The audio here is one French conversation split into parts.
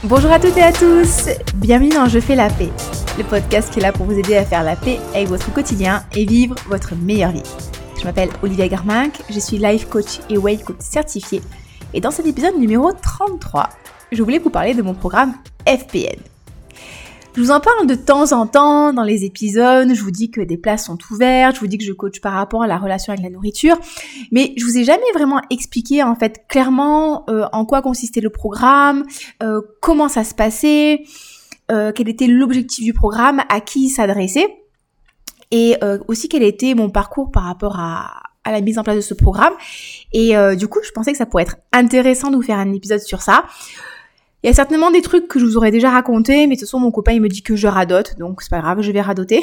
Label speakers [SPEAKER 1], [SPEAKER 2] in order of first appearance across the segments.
[SPEAKER 1] Bonjour à toutes et à tous, bienvenue dans Je fais la paix, le podcast qui est là pour vous aider à faire la paix avec votre quotidien et vivre votre meilleure vie. Je m'appelle Olivia Garminck, je suis life coach et weight coach certifiée et dans cet épisode numéro 33, je voulais vous parler de mon programme FPN. Je vous en parle de temps en temps dans les épisodes, je vous dis que des places sont ouvertes, je vous dis que je coach par rapport à la relation avec la nourriture, mais je vous ai jamais vraiment expliqué en fait clairement en quoi consistait le programme, comment ça se passait, quel était l'objectif du programme, à qui il s'adressait, et aussi quel était mon parcours par rapport à la mise en place de ce programme. Et du coup, je pensais que ça pourrait être intéressant de vous faire un épisode sur ça. Il y a certainement des trucs que je vous aurais déjà racontés, mais de toute façon, mon copain, il me dit que je radote, donc c'est pas grave, je vais radoter.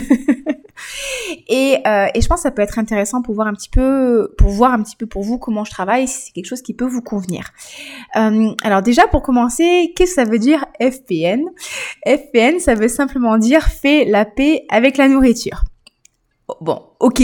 [SPEAKER 1] Et je pense que ça peut être intéressant pour voir un petit peu pour vous comment je travaille, si c'est quelque chose qui peut vous convenir. Alors déjà, pour commencer, qu'est-ce que ça veut dire FPN ? FPN, ça veut simplement dire « fais la paix avec la nourriture ». Bon, ok.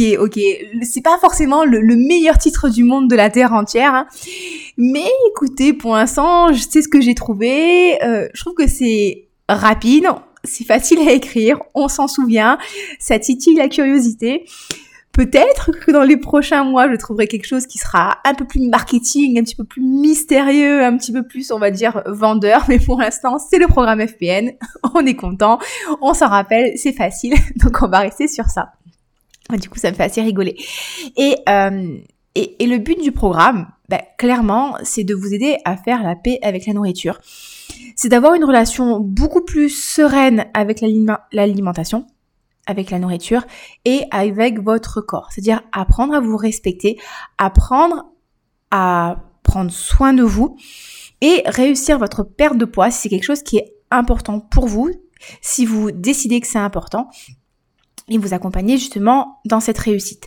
[SPEAKER 1] C'est pas forcément le meilleur titre du monde de la Terre entière, hein. Mais écoutez, pour l'instant, je sais ce que j'ai trouvé. Je trouve que c'est rapide, c'est facile à écrire, on s'en souvient, ça titille la curiosité. Peut-être que dans les prochains mois, je trouverai quelque chose qui sera un peu plus marketing, un petit peu plus mystérieux, un petit peu plus, on va dire, vendeur. Mais pour l'instant, c'est le programme FPN. On est content, on s'en rappelle, c'est facile. Donc, on va rester sur ça. Du coup, ça me fait assez rigoler. Et le but du programme, clairement, c'est de vous aider à faire la paix avec la nourriture. C'est d'avoir une relation beaucoup plus sereine avec l'alimentation, avec la nourriture et avec votre corps. C'est-à-dire apprendre à vous respecter, apprendre à prendre soin de vous et réussir votre perte de poids si c'est quelque chose qui est important pour vous, si vous décidez que c'est important, et vous accompagner justement dans cette réussite.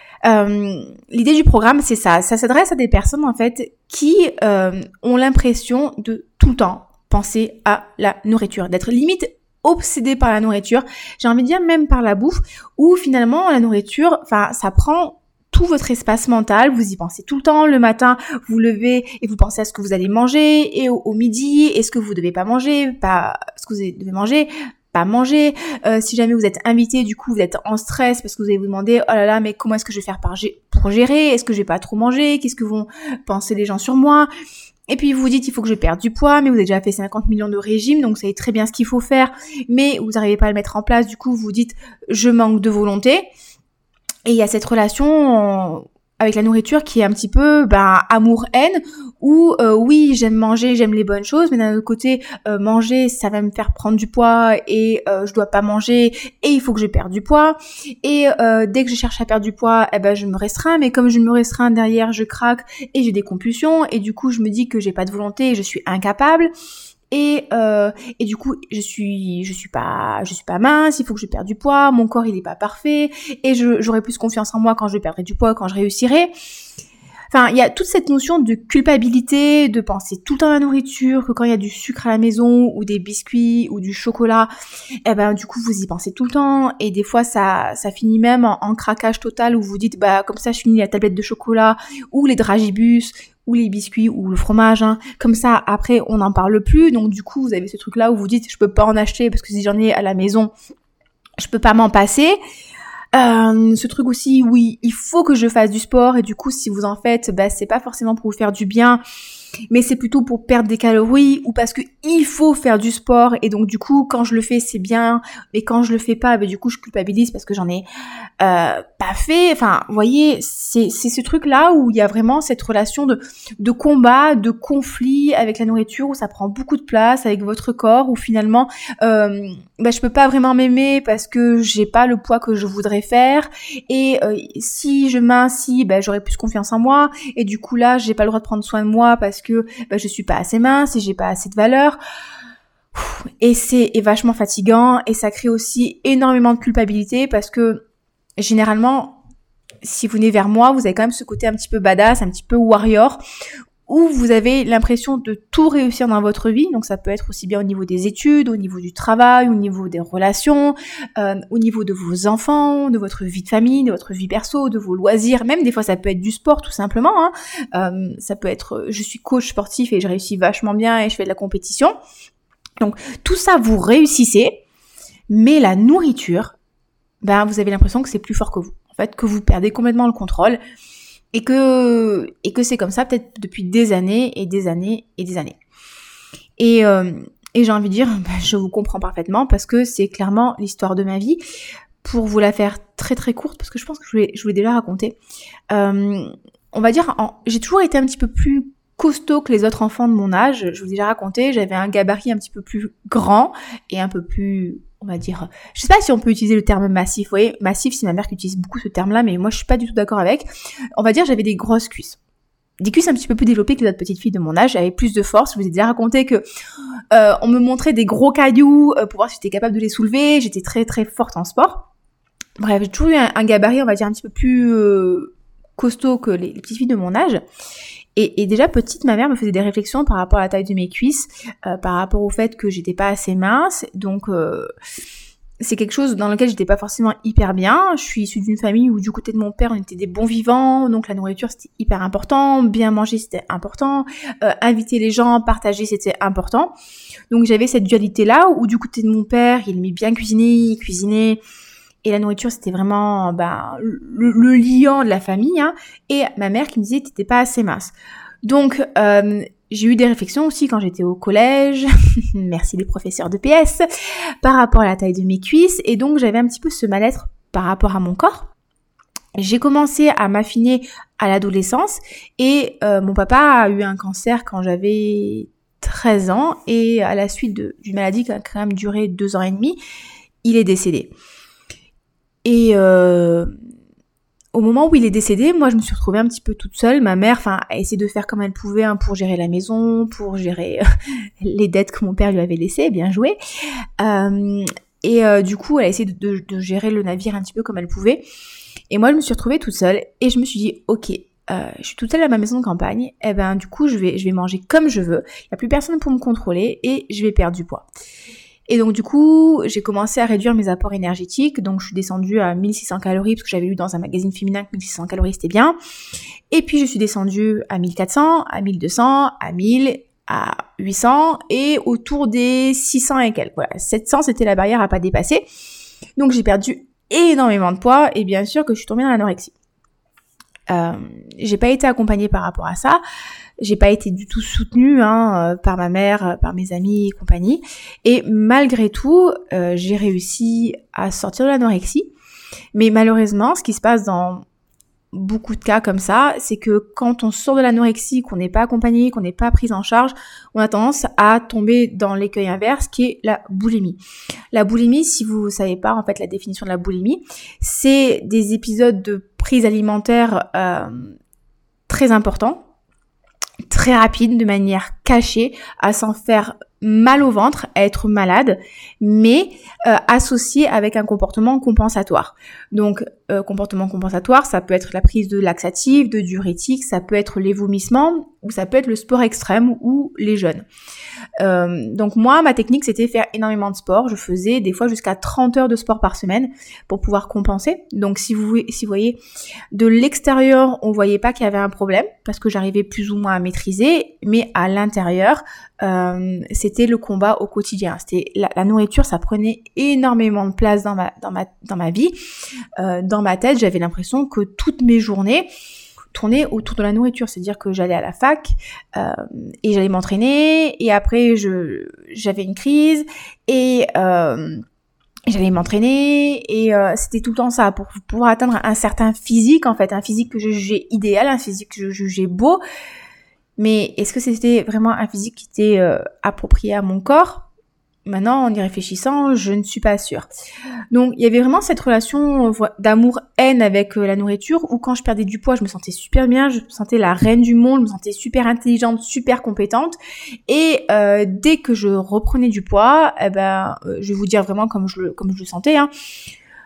[SPEAKER 1] L'idée du programme, c'est ça. Ça s'adresse à des personnes en fait qui ont l'impression de tout le temps penser à la nourriture, d'être limite obsédé par la nourriture, j'ai envie de dire même par la bouffe, où finalement la nourriture, ça prend tout votre espace mental, vous y pensez tout le temps, le matin vous vous levez et vous pensez à ce que vous allez manger, et au midi, est-ce que vous devez pas manger, pas ce que vous devez manger, pas manger, si jamais vous êtes invité, du coup vous êtes en stress parce que vous allez vous demander, oh là là, mais comment est-ce que je vais faire pour gérer, est-ce que je vais pas trop manger, qu'est-ce que vont penser les gens sur moi ? Et puis vous vous dites il faut que je perde du poids, mais vous avez déjà fait 50 millions de régimes, donc vous savez très bien ce qu'il faut faire, mais vous n'arrivez pas à le mettre en place, du coup vous vous dites je manque de volonté. Et il y a cette relation avec la nourriture qui est un petit peu amour-haine, où oui j'aime manger, j'aime les bonnes choses, mais d'un autre côté manger ça va me faire prendre du poids et je dois pas manger et il faut que je perde du poids, et dès que je cherche à perdre du poids je me restreins, mais comme je me restreins derrière je craque et j'ai des compulsions, et du coup je me dis que j'ai pas de volonté et je suis incapable. Et du coup je suis pas mince, il faut que je perde du poids, mon corps il est pas parfait, et j'aurai plus confiance en moi quand je perdrai du poids, quand je réussirai. Enfin, il y a toute cette notion de culpabilité, de penser tout le temps à la nourriture, que quand il y a du sucre à la maison, ou des biscuits, ou du chocolat, du coup, vous y pensez tout le temps, et des fois, ça finit même en craquage total, où vous dites, comme ça, je finis la tablette de chocolat, ou les dragibus, ou les biscuits, ou le fromage, hein. Comme ça, après, on n'en parle plus, donc du coup, vous avez ce truc-là où vous dites, je peux pas en acheter, parce que si j'en ai à la maison, je peux pas m'en passer. Ce truc aussi, oui, il faut que je fasse du sport, et du coup, si vous en faites, c'est pas forcément pour vous faire du bien, mais c'est plutôt pour perdre des calories, ou parce que il faut faire du sport, et donc du coup, quand je le fais, c'est bien, mais quand je le fais pas, du coup, je culpabilise parce que j'en ai pas fait. Enfin, vous voyez, c'est ce truc-là où il y a vraiment cette relation de combat, de conflit avec la nourriture, où ça prend beaucoup de place avec votre corps, où finalement, je peux pas vraiment m'aimer parce que j'ai pas le poids que je voudrais faire, et si je m'assis, j'aurai plus confiance en moi, et du coup là, j'ai pas le droit de prendre soin de moi parce que je suis pas assez mince et j'ai pas assez de valeur. Et c'est vachement fatigant, et ça crée aussi énormément de culpabilité, parce que généralement, si vous venez vers moi, vous avez quand même ce côté un petit peu badass, un petit peu warrior, où vous avez l'impression de tout réussir dans votre vie. Donc ça peut être aussi bien au niveau des études, au niveau du travail, au niveau des relations, au niveau de vos enfants, de votre vie de famille, de votre vie perso, de vos loisirs. Même des fois ça peut être du sport tout simplement. Ça peut être je suis coach sportif et je réussis vachement bien et je fais de la compétition. Donc tout ça vous réussissez, mais la nourriture, vous avez l'impression que c'est plus fort que vous. En fait, que vous perdez complètement le contrôle. Et que c'est comme ça peut-être depuis des années et des années et des années. Et j'ai envie de dire, je vous comprends parfaitement parce que c'est clairement l'histoire de ma vie. Pour vous la faire très très courte, parce que je pense que je vous l'ai déjà raconté. On va dire, j'ai toujours été un petit peu plus costaud que les autres enfants de mon âge. Je vous ai déjà raconté, j'avais un gabarit un petit peu plus grand et un peu plus... on va dire, je sais pas si on peut utiliser le terme massif, vous voyez, massif, c'est ma mère qui utilise beaucoup ce terme-là, mais moi je suis pas du tout d'accord avec. On va dire, j'avais des grosses cuisses. Des cuisses un petit peu plus développées que les autres petites filles de mon âge, j'avais plus de force. Je vous ai déjà raconté que on me montrait des gros cailloux pour voir si j'étais capable de les soulever, j'étais très très forte en sport. Bref, j'ai toujours eu un gabarit, on va dire, un petit peu plus costaud que les petites filles de mon âge. Et déjà petite, ma mère me faisait des réflexions par rapport à la taille de mes cuisses, par rapport au fait que j'étais pas assez mince. Donc c'est quelque chose dans lequel j'étais pas forcément hyper bien. Je suis issue d'une famille où du côté de mon père on était des bons vivants, donc la nourriture c'était hyper important, bien manger c'était important, inviter les gens, partager c'était important. Donc j'avais cette dualité là où du côté de mon père il aimait bien cuisiner, il cuisinait. Et la nourriture, c'était vraiment le liant de la famille. Et ma mère qui me disait, t'étais pas assez mince. Donc, j'ai eu des réflexions aussi quand j'étais au collège. Merci les professeurs de PS. Par rapport à la taille de mes cuisses. Et donc, j'avais un petit peu ce mal-être par rapport à mon corps. J'ai commencé à m'affiner à l'adolescence. Et mon papa a eu un cancer quand j'avais 13 ans. Et à la suite d'une maladie qui a quand même duré 2 ans et demi, il est décédé. Et au moment où il est décédé, moi je me suis retrouvée un petit peu toute seule. Ma mère, a essayé de faire comme elle pouvait pour gérer la maison, pour gérer les dettes que mon père lui avait laissées, bien joué. Du coup, elle a essayé de gérer le navire un petit peu comme elle pouvait. Et moi je me suis retrouvée toute seule et je me suis dit, ok, je suis toute seule à ma maison de campagne. Et du coup je vais manger comme je veux. Il n'y a plus personne pour me contrôler et je vais perdre du poids. Et donc du coup, j'ai commencé à réduire mes apports énergétiques. Donc je suis descendue à 1600 calories parce que j'avais lu dans un magazine féminin que 1600 calories c'était bien. Et puis je suis descendue à 1400, à 1200, à 1000, à 800 et autour des 600 et quelques. Voilà, 700 c'était la barrière à pas dépasser. Donc j'ai perdu énormément de poids et bien sûr que je suis tombée dans l'anorexie. J'ai pas été accompagnée par rapport à ça. J'ai pas été du tout soutenue par ma mère, par mes amis et compagnie. Et malgré tout, j'ai réussi à sortir de l'anorexie. Mais malheureusement, ce qui se passe dans beaucoup de cas comme ça, c'est que quand on sort de l'anorexie, qu'on n'est pas accompagné, qu'on n'est pas prise en charge, on a tendance à tomber dans l'écueil inverse qui est la boulimie. La boulimie, si vous ne savez pas en fait la définition de la boulimie, c'est des épisodes de prise alimentaire très importants, très rapides, de manière cachée, à s'en faire mal au ventre, à être malade, mais associé avec un comportement compensatoire. Donc, comportement compensatoire, ça peut être la prise de laxatifs, de diurétiques, ça peut être les vomissements, ou ça peut être le sport extrême ou les jeûnes. Donc moi, ma technique, c'était faire énormément de sport. Je faisais des fois jusqu'à 30 heures de sport par semaine pour pouvoir compenser. Donc si vous voyez, de l'extérieur, on voyait pas qu'il y avait un problème parce que j'arrivais plus ou moins à maîtriser, mais à l'intérieur, c'était le combat au quotidien. C'était la nourriture, ça prenait énormément de place dans ma vie. Dans ma tête, j'avais l'impression que toutes mes journées tourner autour de la nourriture, c'est-à-dire que j'allais à la fac et j'allais m'entraîner et après j'avais une crise et j'allais m'entraîner et c'était tout le temps ça pour pouvoir atteindre un certain physique en fait, un physique que je jugeais idéal, un physique que je jugeais beau, mais est-ce que c'était vraiment un physique qui était approprié à mon corps ? Maintenant, en y réfléchissant, je ne suis pas sûre. Donc, il y avait vraiment cette relation d'amour-haine avec la nourriture où quand je perdais du poids, je me sentais super bien, je me sentais la reine du monde, je me sentais super intelligente, super compétente. Et dès que je reprenais du poids, je vais vous dire vraiment comme je le sentais,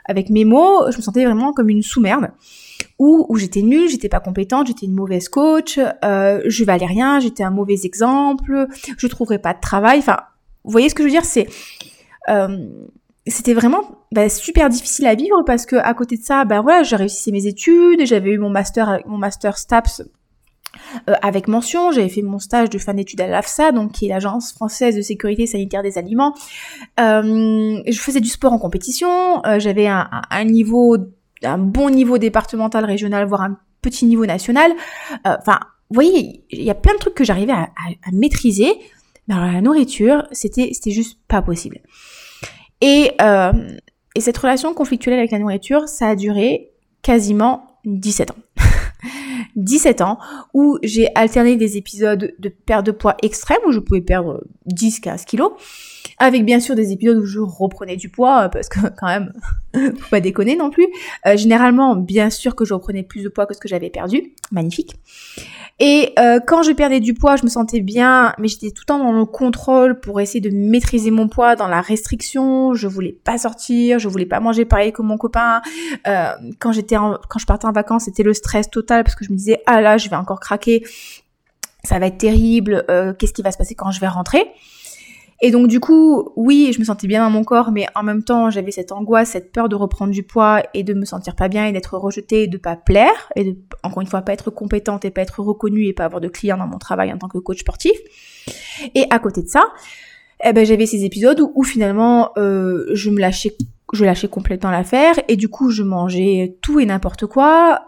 [SPEAKER 1] avec mes mots, je me sentais vraiment comme une sous-merde. Où j'étais nulle, j'étais pas compétente, j'étais une mauvaise coach, je valais rien, j'étais un mauvais exemple, je trouverais pas de travail. Enfin, vous voyez ce que je veux dire, c'était vraiment super difficile à vivre parce que à côté de ça, voilà, j'ai réussi mes études, j'avais eu mon master STAPS avec mention, j'avais fait mon stage de fin d'études à l'AFSA, donc qui est l'Agence française de sécurité sanitaire des aliments. Je faisais du sport en compétition, j'avais un bon niveau départemental, régional, voire un petit niveau national. Vous voyez, il y a plein de trucs que j'arrivais à maîtriser, mais alors la nourriture, c'était juste pas possible. Et cette relation conflictuelle avec la nourriture, ça a duré quasiment 17 ans. 17 ans où j'ai alterné des épisodes de perte de poids extrême où je pouvais perdre 10-15 kilos, avec bien sûr des épisodes où je reprenais du poids parce que quand même, faut pas déconner non plus. Généralement, bien sûr que je reprenais plus de poids que ce que j'avais perdu. Magnifique. Et quand je perdais du poids, je me sentais bien, mais j'étais tout le temps dans le contrôle pour essayer de maîtriser mon poids, dans la restriction. Je voulais pas sortir, je voulais pas manger pareil que mon copain. Quand je partais en vacances, c'était le stress total parce que je me disais ah là, je vais encore craquer, ça va être terrible. Qu'est-ce qui va se passer quand je vais rentrer? Et donc du coup, oui, je me sentais bien dans mon corps, mais en même temps, j'avais cette angoisse, cette peur de reprendre du poids et de me sentir pas bien et d'être rejetée et de pas plaire et de, encore une fois, pas être compétente et pas être reconnue et pas avoir de clients dans mon travail en tant que coach sportif. Et à côté de ça, j'avais ces épisodes où finalement, je lâchais complètement l'affaire et du coup, je mangeais tout et n'importe quoi.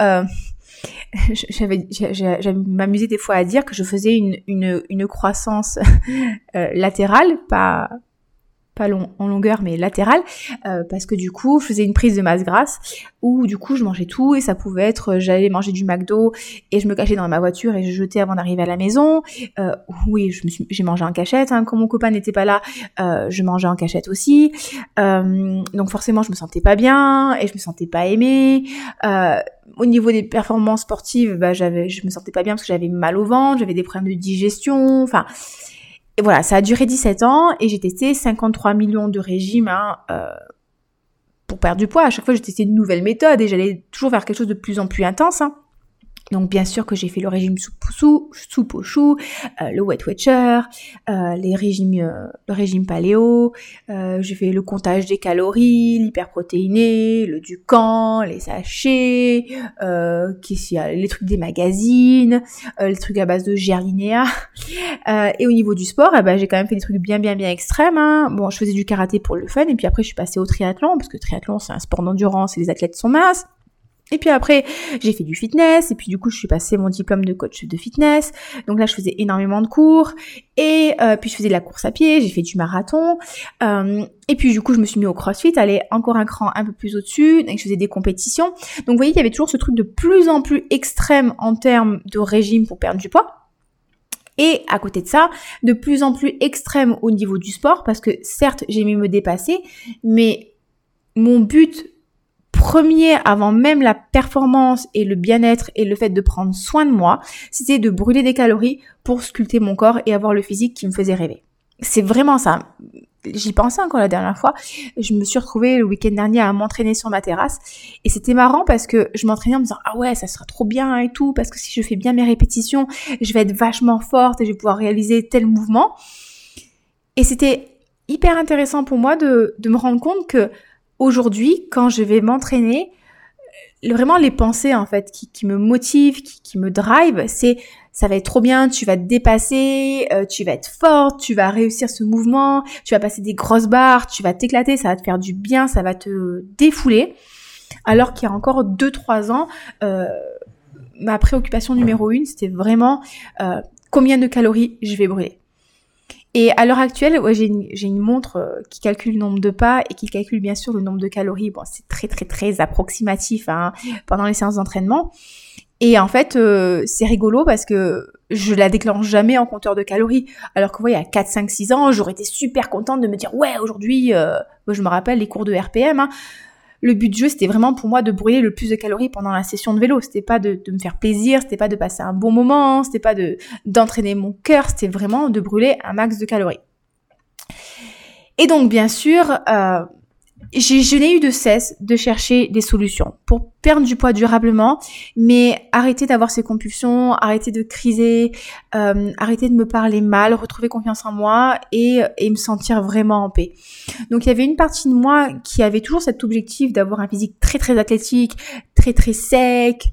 [SPEAKER 1] J'avais m'amusé des fois à dire que je faisais une croissance latérale, pas en longueur mais latérale, parce que du coup je faisais une prise de masse grasse où du coup je mangeais tout et ça pouvait être j'allais manger du McDo et je me cachais dans ma voiture et je jetais avant d'arriver à la maison. Oui, j'ai mangé en cachette, hein. Quand mon copain n'était pas là, je mangeais en cachette aussi. Donc forcément je me sentais pas bien et je me sentais pas aimée. Au niveau des performances sportives, je me sentais pas bien parce que j'avais mal au ventre, j'avais des problèmes de digestion, enfin. Et voilà, ça a duré 17 ans et j'ai testé 53 millions de régimes pour perdre du poids. À chaque fois, j'ai testé une nouvelle méthode et j'allais toujours vers quelque chose de plus en plus intense. Donc bien sûr que j'ai fait le régime soupe aux choux, le Weight Watcher, le régime paléo, j'ai fait le comptage des calories, l'hyperprotéiné, le Ducan, les sachets, les trucs des magazines, les trucs à base de gerlinéa. Et au niveau du sport, j'ai quand même fait des trucs bien extrêmes. Hein. Bon, je faisais du karaté pour le fun et puis après je suis passée au triathlon parce que le triathlon c'est un sport d'endurance et les athlètes sont minces. Et puis après, j'ai fait du fitness, et puis du coup, je suis passée mon diplôme de coach de fitness. Donc là, je faisais énormément de cours, et puis je faisais de la course à pied, j'ai fait du marathon. Et puis du coup, je me suis mis au CrossFit, aller encore un cran un peu plus au-dessus, et je faisais des compétitions. Donc vous voyez, il y avait toujours ce truc de plus en plus extrême en termes de régime pour perdre du poids. Et à côté de ça, de plus en plus extrême au niveau du sport, parce que certes, j'aimais me dépasser, mais mon but premier, avant même la performance et le bien-être et le fait de prendre soin de moi, c'était de brûler des calories pour sculpter mon corps et avoir le physique qui me faisait rêver. C'est vraiment ça. J'y pensais encore la dernière fois. Je me suis retrouvée le week-end dernier à m'entraîner sur ma terrasse. Et c'était marrant parce que je m'entraînais en me disant « Ah ouais, ça sera trop bien et tout, parce que si je fais bien mes répétitions, je vais être vachement forte et je vais pouvoir réaliser tel mouvement. » Et c'était hyper intéressant pour moi de me rendre compte que aujourd'hui, quand je vais m'entraîner, vraiment les pensées en fait qui me motivent, qui me drive, c'est ça va être trop bien, tu vas te dépasser, tu vas être forte, tu vas réussir ce mouvement, tu vas passer des grosses barres, tu vas t'éclater, ça va te faire du bien, ça va te défouler. Alors qu'il y a encore 2-3 ans, ma préoccupation numéro 1, c'était vraiment combien de calories je vais brûler. Et à l'heure actuelle, j'ai une montre qui calcule le nombre de pas et qui calcule bien sûr le nombre de calories. Bon, c'est très approximatif pendant les séances d'entraînement. Et en fait, c'est rigolo parce que je la déclenche jamais en compteur de calories. Alors que vous voyez, à 4, 5, 6 ans, j'aurais été super contente de me dire « Ouais, aujourd'hui, je me rappelle les cours de RPM, le but du jeu, c'était vraiment pour moi de brûler le plus de calories pendant la session de vélo. C'était pas de me faire plaisir, c'était pas de passer un bon moment, c'était pas d'entraîner mon cœur, c'était vraiment de brûler un max de calories. Et donc, bien sûr, je n'ai eu de cesse de chercher des solutions pour perdre du poids durablement, mais arrêter d'avoir ces compulsions, arrêter de criser, arrêter de me parler mal, retrouver confiance en moi et me sentir vraiment en paix. Donc il y avait une partie de moi qui avait toujours cet objectif d'avoir un physique très très athlétique, très très sec,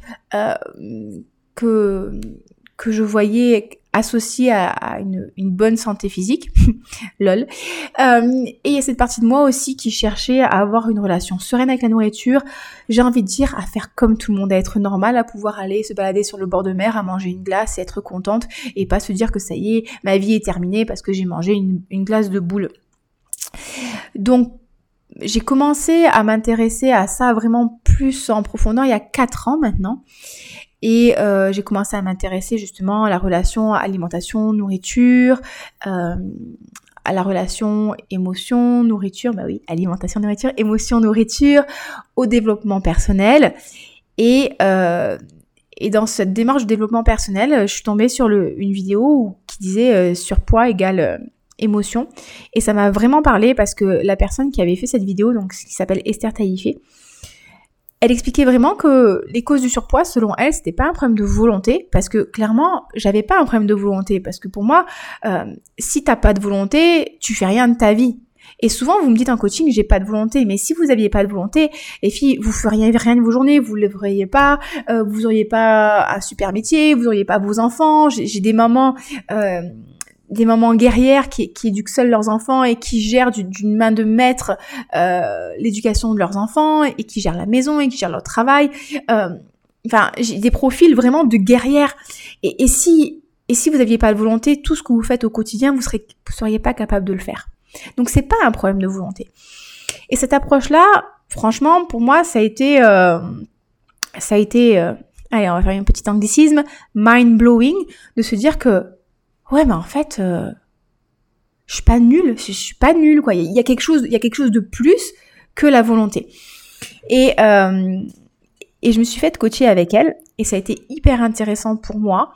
[SPEAKER 1] que je voyais associé à une bonne santé physique, lol. Et il y a cette partie de moi aussi qui cherchait à avoir une relation sereine avec la nourriture. J'ai envie de dire à faire comme tout le monde, à être normal, à pouvoir aller se balader sur le bord de mer, à manger une glace et être contente et pas se dire que ça y est, ma vie est terminée parce que j'ai mangé une glace de boule. Donc, j'ai commencé à m'intéresser à ça vraiment plus en profondeur il y a 4 ans maintenant. Et j'ai commencé à m'intéresser justement à la relation alimentation-nourriture, à la relation émotion-nourriture, bah oui, alimentation-nourriture, émotion-nourriture, au développement personnel. Et dans cette démarche de développement personnel, je suis tombée sur une vidéo qui disait surpoids égale émotion. Et ça m'a vraiment parlé parce que la personne qui avait fait cette vidéo, donc qui s'appelle Esther Taïfé, elle expliquait vraiment que les causes du surpoids, selon elle, c'était pas un problème de volonté, parce que clairement, j'avais pas un problème de volonté, parce que pour moi, si t'as pas de volonté, tu fais rien de ta vie. Et souvent, vous me dites en coaching, j'ai pas de volonté, mais si vous aviez pas de volonté, les filles, vous feriez rien de vos journées, vous lèveriez pas, vous auriez pas un super métier, vous auriez pas vos enfants. J'ai des mamans guerrières qui éduquent seules leurs enfants et qui gèrent d'une main de maître l'éducation de leurs enfants et qui gèrent la maison et qui gèrent leur travail. Enfin, j'ai des profils vraiment de guerrières. Et si vous aviez pas de volonté, tout ce que vous faites au quotidien, vous seriez pas capable de le faire. Donc c'est pas un problème de volonté. Et cette approche-là, franchement, pour moi, ça a été, allez, on va faire un petit anglicisme, mind-blowing, de se dire que ouais, mais en fait, je suis pas nulle, quoi. Il y a quelque chose de plus que la volonté. Et je me suis fait coacher avec elle, et ça a été hyper intéressant pour moi.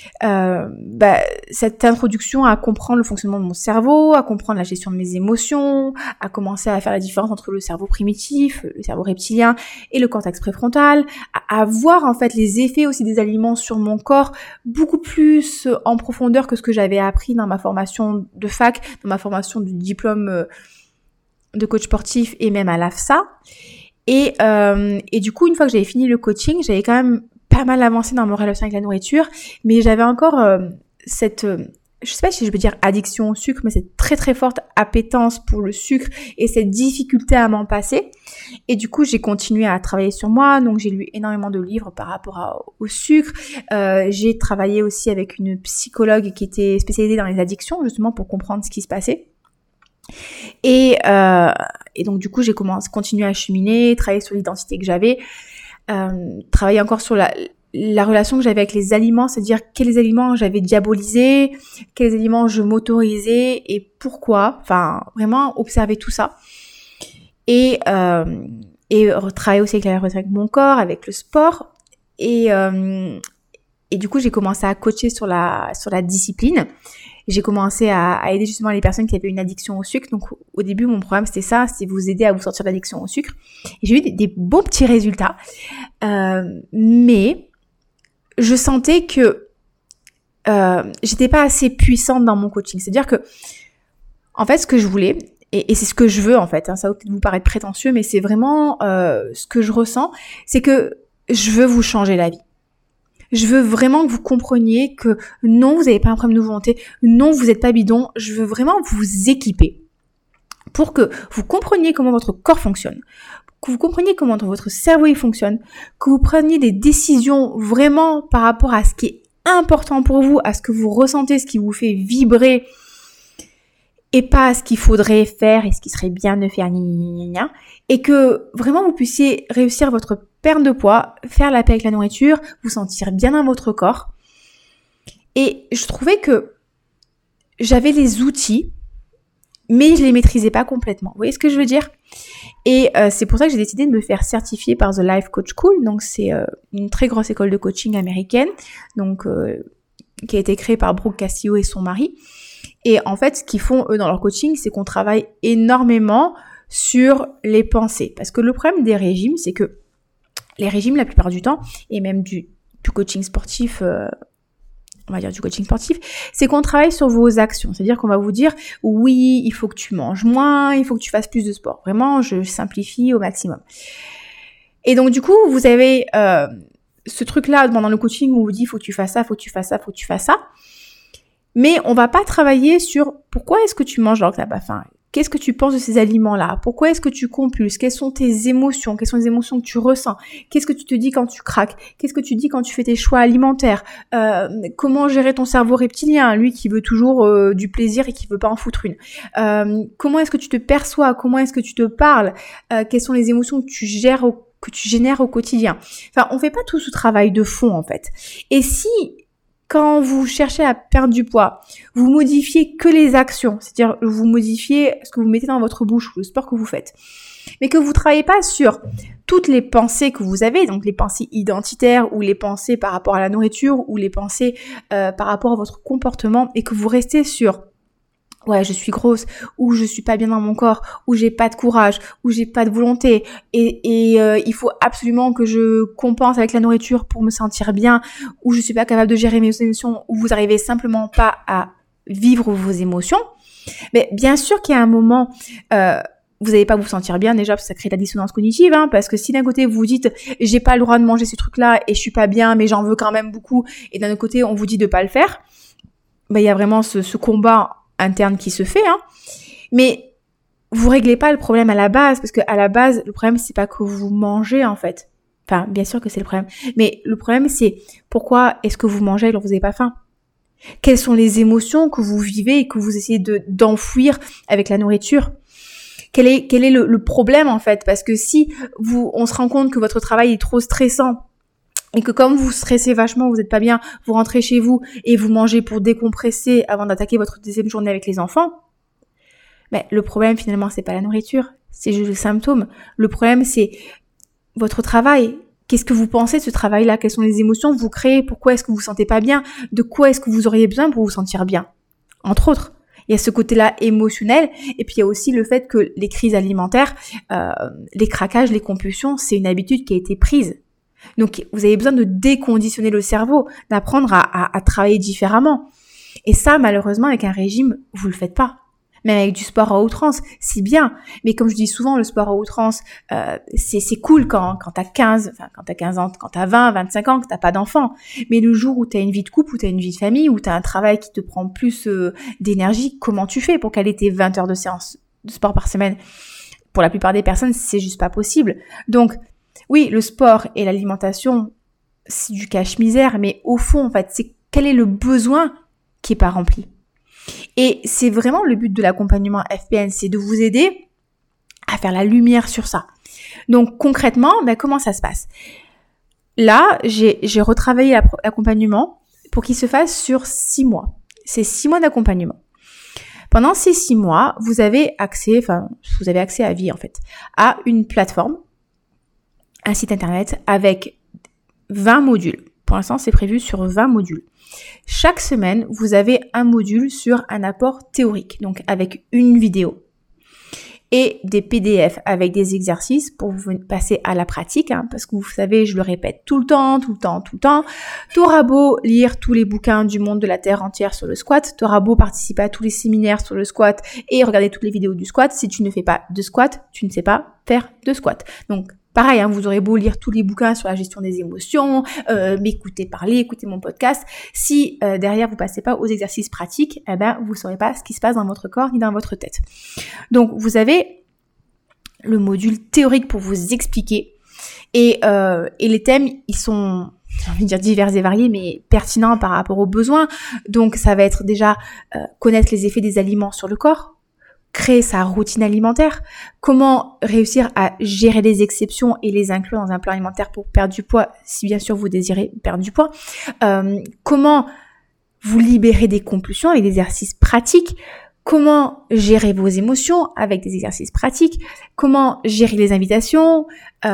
[SPEAKER 1] Cette introduction à comprendre le fonctionnement de mon cerveau, à comprendre la gestion de mes émotions, à commencer à faire la différence entre le cerveau primitif, le cerveau reptilien et le cortex préfrontal, à voir en fait les effets aussi des aliments sur mon corps beaucoup plus en profondeur que ce que j'avais appris dans ma formation de fac, dans ma formation du diplôme de coach sportif et même à l'AFSA. Et du coup, une fois que j'avais fini le coaching, j'avais quand même pas mal avancé dans ma relation avec la nourriture, mais j'avais encore cette, je sais pas si je peux dire addiction au sucre, mais cette très très forte appétence pour le sucre et cette difficulté à m'en passer. Et du coup, j'ai continué à travailler sur moi, donc j'ai lu énormément de livres par rapport au sucre. J'ai travaillé aussi avec une psychologue qui était spécialisée dans les addictions, justement pour comprendre ce qui se passait. Et donc du coup, j'ai continué à cheminer, travailler sur l'identité que j'avais, travailler encore sur la relation que j'avais avec les aliments, c'est-à-dire quels aliments j'avais diabolisés, quels aliments je m'autorisais et pourquoi. Enfin, vraiment observer tout ça. Et travailler aussi avec mon corps, avec le sport. Et du coup, j'ai commencé à coacher sur la discipline. J'ai commencé à aider justement les personnes qui avaient une addiction au sucre. Donc au début, mon programme c'était ça, c'est vous aider à vous sortir de l'addiction au sucre. Et j'ai eu des beaux petits résultats, mais je sentais que j'étais pas assez puissante dans mon coaching. C'est-à-dire que, en fait, ce que je voulais, et c'est ce que je veux en fait, ça va peut-être vous paraître prétentieux, mais c'est vraiment ce que je ressens, c'est que je veux vous changer la vie. Je veux vraiment que vous compreniez que non, vous n'avez pas un problème de volonté, non, vous n'êtes pas bidon. Je veux vraiment vous équiper pour que vous compreniez comment votre corps fonctionne, que vous compreniez comment votre cerveau il fonctionne, que vous preniez des décisions vraiment par rapport à ce qui est important pour vous, à ce que vous ressentez, ce qui vous fait vibrer, et pas à ce qu'il faudrait faire et ce qui serait bien de faire, et que vraiment vous puissiez réussir votre perte de poids, faire la paix avec la nourriture, vous sentir bien dans votre corps. Et je trouvais que j'avais les outils, mais je les maîtrisais pas complètement. Vous voyez ce que je veux dire ? Et c'est pour ça que j'ai décidé de me faire certifier par The Life Coach School. Donc c'est une très grosse école de coaching américaine, donc qui a été créée par Brooke Castillo et son mari. Et en fait, ce qu'ils font eux dans leur coaching, c'est qu'on travaille énormément sur les pensées. Parce que le problème des régimes, c'est que les régimes, la plupart du temps, et même du coaching sportif, on va dire du coaching sportif, c'est qu'on travaille sur vos actions. C'est-à-dire qu'on va vous dire, oui, il faut que tu manges moins, il faut que tu fasses plus de sport. Vraiment, je simplifie au maximum. Et donc, du coup, vous avez ce truc-là pendant le coaching où on vous dit, il faut que tu fasses ça, il faut que tu fasses ça, il faut que tu fasses ça. Mais on va pas travailler sur pourquoi est-ce que tu manges alors que t'as pas faim. Qu'est-ce que tu penses de ces aliments-là? Pourquoi est-ce que tu compulses? Quelles sont tes émotions? Quelles sont les émotions que tu ressens? Qu'est-ce que tu te dis quand tu craques? Qu'est-ce que tu dis quand tu fais tes choix alimentaires? Comment gérer ton cerveau reptilien, lui qui veut toujours du plaisir et qui veut pas en foutre une? Comment est-ce que tu te perçois? Comment est-ce que tu te parles? Quelles sont les émotions que tu génères au quotidien? Enfin, on fait pas tout ce travail de fond en fait. Et si quand vous cherchez à perdre du poids, vous modifiez que les actions, c'est-à-dire vous modifiez ce que vous mettez dans votre bouche, le sport que vous faites, mais que vous travaillez pas sur toutes les pensées que vous avez, donc les pensées identitaires ou les pensées par rapport à la nourriture ou les pensées par rapport à votre comportement et que vous restez sur ouais, je suis grosse, ou je suis pas bien dans mon corps, ou j'ai pas de courage, ou j'ai pas de volonté, et il faut absolument que je compense avec la nourriture pour me sentir bien, ou je suis pas capable de gérer mes émotions, ou vous arrivez simplement pas à vivre vos émotions. Mais bien sûr qu'il y a un moment, vous n'allez pas vous sentir bien déjà parce que ça crée de la dissonance cognitive, hein, parce que si d'un côté vous vous dites j'ai pas le droit de manger ce truc-là et je suis pas bien, mais j'en veux quand même beaucoup, et d'un autre côté on vous dit de pas le faire, ben il y a vraiment ce combat interne qui se fait, hein. Mais vous réglez pas le problème à la base, parce que à la base, le problème c'est pas que vous mangez en fait. Enfin, bien sûr que c'est le problème, mais le problème c'est pourquoi est-ce que vous mangez alors que vous n'avez pas faim? Quelles sont les émotions que vous vivez et que vous essayez d'enfouir avec la nourriture? Quel est le problème en fait? Parce que si on se rend compte que votre travail est trop stressant, et que comme vous stressez vachement, vous n'êtes pas bien, vous rentrez chez vous et vous mangez pour décompresser avant d'attaquer votre deuxième journée avec les enfants, mais le problème finalement c'est pas la nourriture, c'est juste le symptôme. Le problème c'est votre travail. Qu'est-ce que vous pensez de ce travail-là? Quelles sont les émotions que vous créez? Pourquoi est-ce que vous vous sentez pas bien? De quoi est-ce que vous auriez besoin pour vous sentir bien? Entre autres. Il y a ce côté-là émotionnel, et puis il y a aussi le fait que les crises alimentaires, les craquages, les compulsions, c'est une habitude qui a été prise. Donc, vous avez besoin de déconditionner le cerveau, d'apprendre à travailler différemment. Et ça, malheureusement, avec un régime, vous le faites pas. Même avec du sport à outrance, c'est bien. Mais comme je dis souvent, le sport à outrance, c'est cool quand t'as 15 ans, quand t'as 20, 25 ans, que t'as pas d'enfant. Mais le jour où t'as une vie de couple, où t'as une vie de famille, où t'as un travail qui te prend plus d'énergie, comment tu fais pour caler tes 20 heures de séance de sport par semaine? Pour la plupart des personnes, c'est juste pas possible. Donc, oui, le sport et l'alimentation, c'est du cache-misère, mais au fond, en fait, c'est quel est le besoin qui est pas rempli. Et c'est vraiment le but de l'accompagnement FPN, c'est de vous aider à faire la lumière sur ça. Donc concrètement, comment ça se passe? Là, j'ai retravaillé l'accompagnement pour qu'il se fasse sur 6 mois. C'est 6 mois d'accompagnement. Pendant ces 6 mois, vous avez accès à vie en fait, à une plateforme, un site internet avec 20 modules. Pour l'instant, c'est prévu sur 20 modules. Chaque semaine, vous avez un module sur un apport théorique, donc avec une vidéo. Et des PDF avec des exercices pour vous passer à la pratique, hein, parce que vous savez, je le répète tout le temps, t'auras beau lire tous les bouquins du monde de la Terre entière sur le squat, t'auras beau participer à tous les séminaires sur le squat et regarder toutes les vidéos du squat, si tu ne fais pas de squat, tu ne sais pas faire de squat. Donc, pareil, hein, vous aurez beau lire tous les bouquins sur la gestion des émotions, m'écouter parler, écouter mon podcast. Si derrière vous passez pas aux exercices pratiques, vous saurez pas ce qui se passe dans votre corps ni dans votre tête. Donc vous avez le module théorique pour vous expliquer, et les thèmes ils sont, j'ai envie de dire divers et variés, mais pertinents par rapport aux besoins. Donc ça va être déjà connaître les effets des aliments sur le corps, créer sa routine alimentaire, comment réussir à gérer les exceptions et les inclure dans un plan alimentaire pour perdre du poids, si bien sûr vous désirez perdre du poids, comment vous libérer des compulsions avec des exercices pratiques, comment gérer vos émotions avec des exercices pratiques, comment gérer les invitations,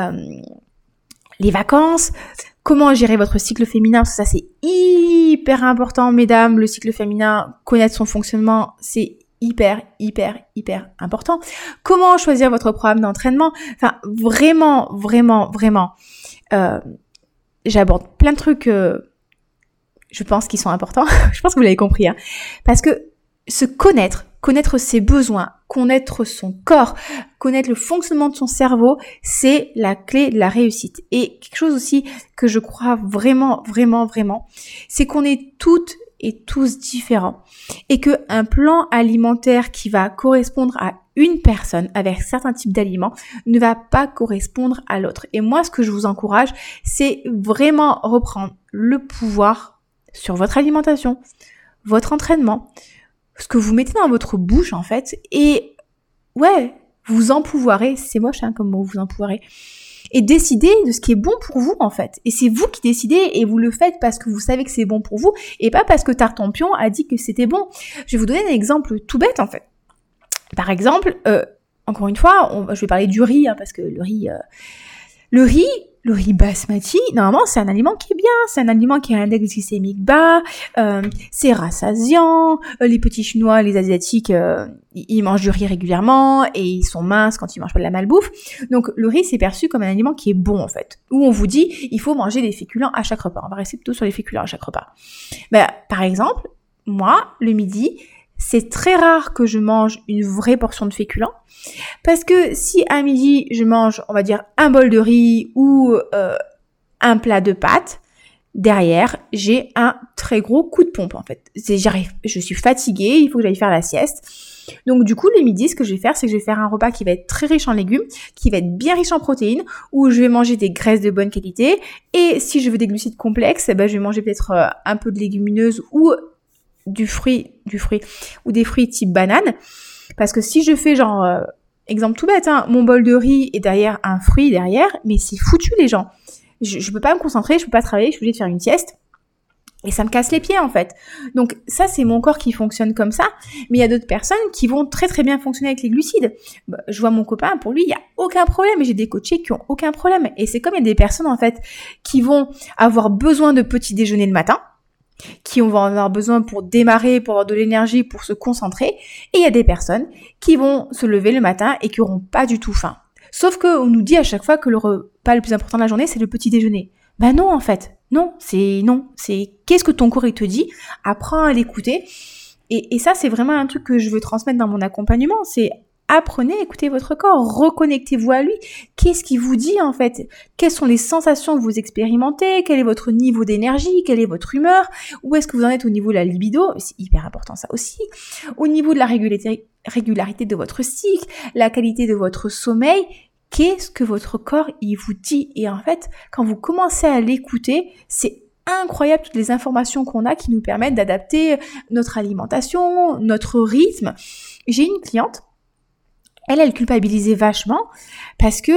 [SPEAKER 1] les vacances, comment gérer votre cycle féminin, parce que ça c'est hyper important mesdames, le cycle féminin, connaître son fonctionnement, c'est hyper important. Comment choisir votre programme d'entraînement? Enfin, vraiment, j'aborde plein de trucs, je pense, qui sont importants. Je pense que vous l'avez compris, hein. Parce que se connaître ses besoins, connaître son corps, connaître le fonctionnement de son cerveau, c'est la clé de la réussite. Et quelque chose aussi que je crois vraiment, c'est qu'on est toutes et tous différents. Et qu'un plan alimentaire qui va correspondre à une personne avec certains types d'aliments ne va pas correspondre à l'autre. Et moi, ce que je vous encourage, c'est vraiment reprendre le pouvoir sur votre alimentation, votre entraînement, ce que vous mettez dans votre bouche en fait, et vous empouvoirez, c'est moche comme mot, vous empouvoirez, et décider de ce qui est bon pour vous en fait. Et c'est vous qui décidez et vous le faites parce que vous savez que c'est bon pour vous et pas parce que Tartampion a dit que c'était bon. Je vais vous donner un exemple tout bête en fait. Par exemple, encore une fois, je vais parler du riz, hein, parce que le riz basmati, normalement, c'est un aliment qui est bien, c'est un aliment qui a un index glycémique bas, c'est rassasiant, les petits Chinois, les Asiatiques, ils mangent du riz régulièrement et ils sont minces quand ils mangent pas de la malbouffe. Donc, le riz, c'est perçu comme un aliment qui est bon, en fait, où on vous dit, il faut manger des féculents à chaque repas. On va rester plutôt sur les féculents à chaque repas. Par exemple, moi, le midi, c'est très rare que je mange une vraie portion de féculents. Parce que si à midi, je mange, on va dire, un bol de riz ou un plat de pâtes, derrière, j'ai un très gros coup de pompe, en fait. Je suis fatiguée, il faut que j'aille faire la sieste. Donc, du coup, le midi, ce que je vais faire, c'est que je vais faire un repas qui va être très riche en légumes, qui va être bien riche en protéines, où je vais manger des graisses de bonne qualité. Et si je veux des glucides complexes, je vais manger peut-être un peu de légumineuses ou du fruit ou des fruits type banane, parce que si je fais exemple tout bête, hein, mon bol de riz et derrière un fruit derrière, mais c'est foutu les gens. Je peux pas me concentrer, je peux pas travailler, je suis obligée de faire une sieste et ça me casse les pieds en fait. Donc ça c'est mon corps qui fonctionne comme ça, mais il y a d'autres personnes qui vont très très bien fonctionner avec les glucides. Je vois mon copain, pour lui il y a aucun problème, et j'ai des coachés qui ont aucun problème. Et c'est comme il y a des personnes en fait qui vont avoir besoin de petit déjeuner le matin, qui vont avoir besoin pour démarrer, pour avoir de l'énergie, pour se concentrer. Et il y a des personnes qui vont se lever le matin et qui n'auront pas du tout faim. Sauf qu'on nous dit à chaque fois que le repas le plus important de la journée, c'est le petit déjeuner. Non, en fait. Non. C'est qu'est-ce que ton corps il te dit? Apprends à l'écouter. Et ça, c'est vraiment un truc que je veux transmettre dans mon accompagnement. C'est apprenez à écouter votre corps, reconnectez-vous à lui. Qu'est-ce qu'il vous dit en fait? Quelles sont les sensations que vous expérimentez? Quel est votre niveau d'énergie? Quelle est votre humeur? Où est-ce que vous en êtes au niveau de la libido? C'est hyper important ça aussi. Au niveau de la régularité de votre cycle, la qualité de votre sommeil, qu'est-ce que votre corps il vous dit? Et en fait, quand vous commencez à l'écouter, c'est incroyable toutes les informations qu'on a qui nous permettent d'adapter notre alimentation, notre rythme. J'ai une cliente, elle culpabilisait vachement parce que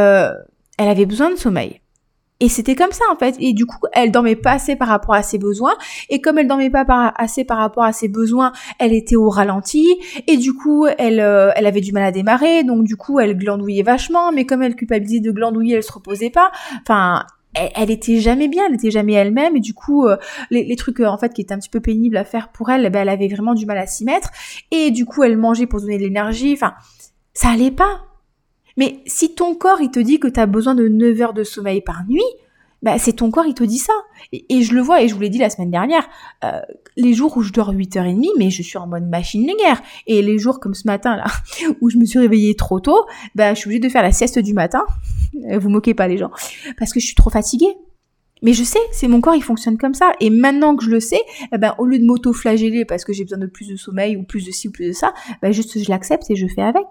[SPEAKER 1] elle avait besoin de sommeil. Et c'était comme ça en fait. Et du coup, elle dormait pas assez par rapport à ses besoins. Et comme elle dormait pas assez par rapport à ses besoins, elle était au ralenti. Et du coup, elle avait du mal à démarrer. Donc du coup, elle glandouillait vachement. Mais comme elle culpabilisait de glandouiller, elle se reposait pas. Enfin, elle était jamais bien, elle était jamais elle-même. Et du coup, les trucs en fait qui étaient un petit peu pénibles à faire pour elle, elle avait vraiment du mal à s'y mettre. Et du coup, elle mangeait pour se donner de l'énergie. Enfin, ça allait pas. Mais si ton corps, il te dit que tu as besoin de 9 heures de sommeil par nuit, c'est ton corps, il te dit ça. Et je le vois, et je vous l'ai dit la semaine dernière, les jours où je dors 8h30, mais je suis en mode machine de guerre. Et les jours comme ce matin, là, où je me suis réveillée trop tôt, je suis obligée de faire la sieste du matin. Vous moquez pas les gens. Parce que je suis trop fatiguée. Mais je sais, c'est mon corps, il fonctionne comme ça. Et maintenant que je le sais, au lieu de m'auto-flageller parce que j'ai besoin de plus de sommeil ou plus de ci ou plus de ça, juste je l'accepte et je fais avec.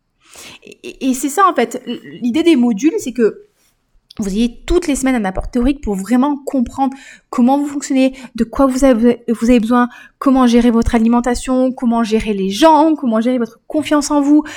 [SPEAKER 1] Et c'est ça en fait, l'idée des modules, c'est que vous ayez toutes les semaines un apport théorique pour vraiment comprendre comment vous fonctionnez, de quoi vous avez besoin, comment gérer votre alimentation, comment gérer les gens, comment gérer votre confiance en vous.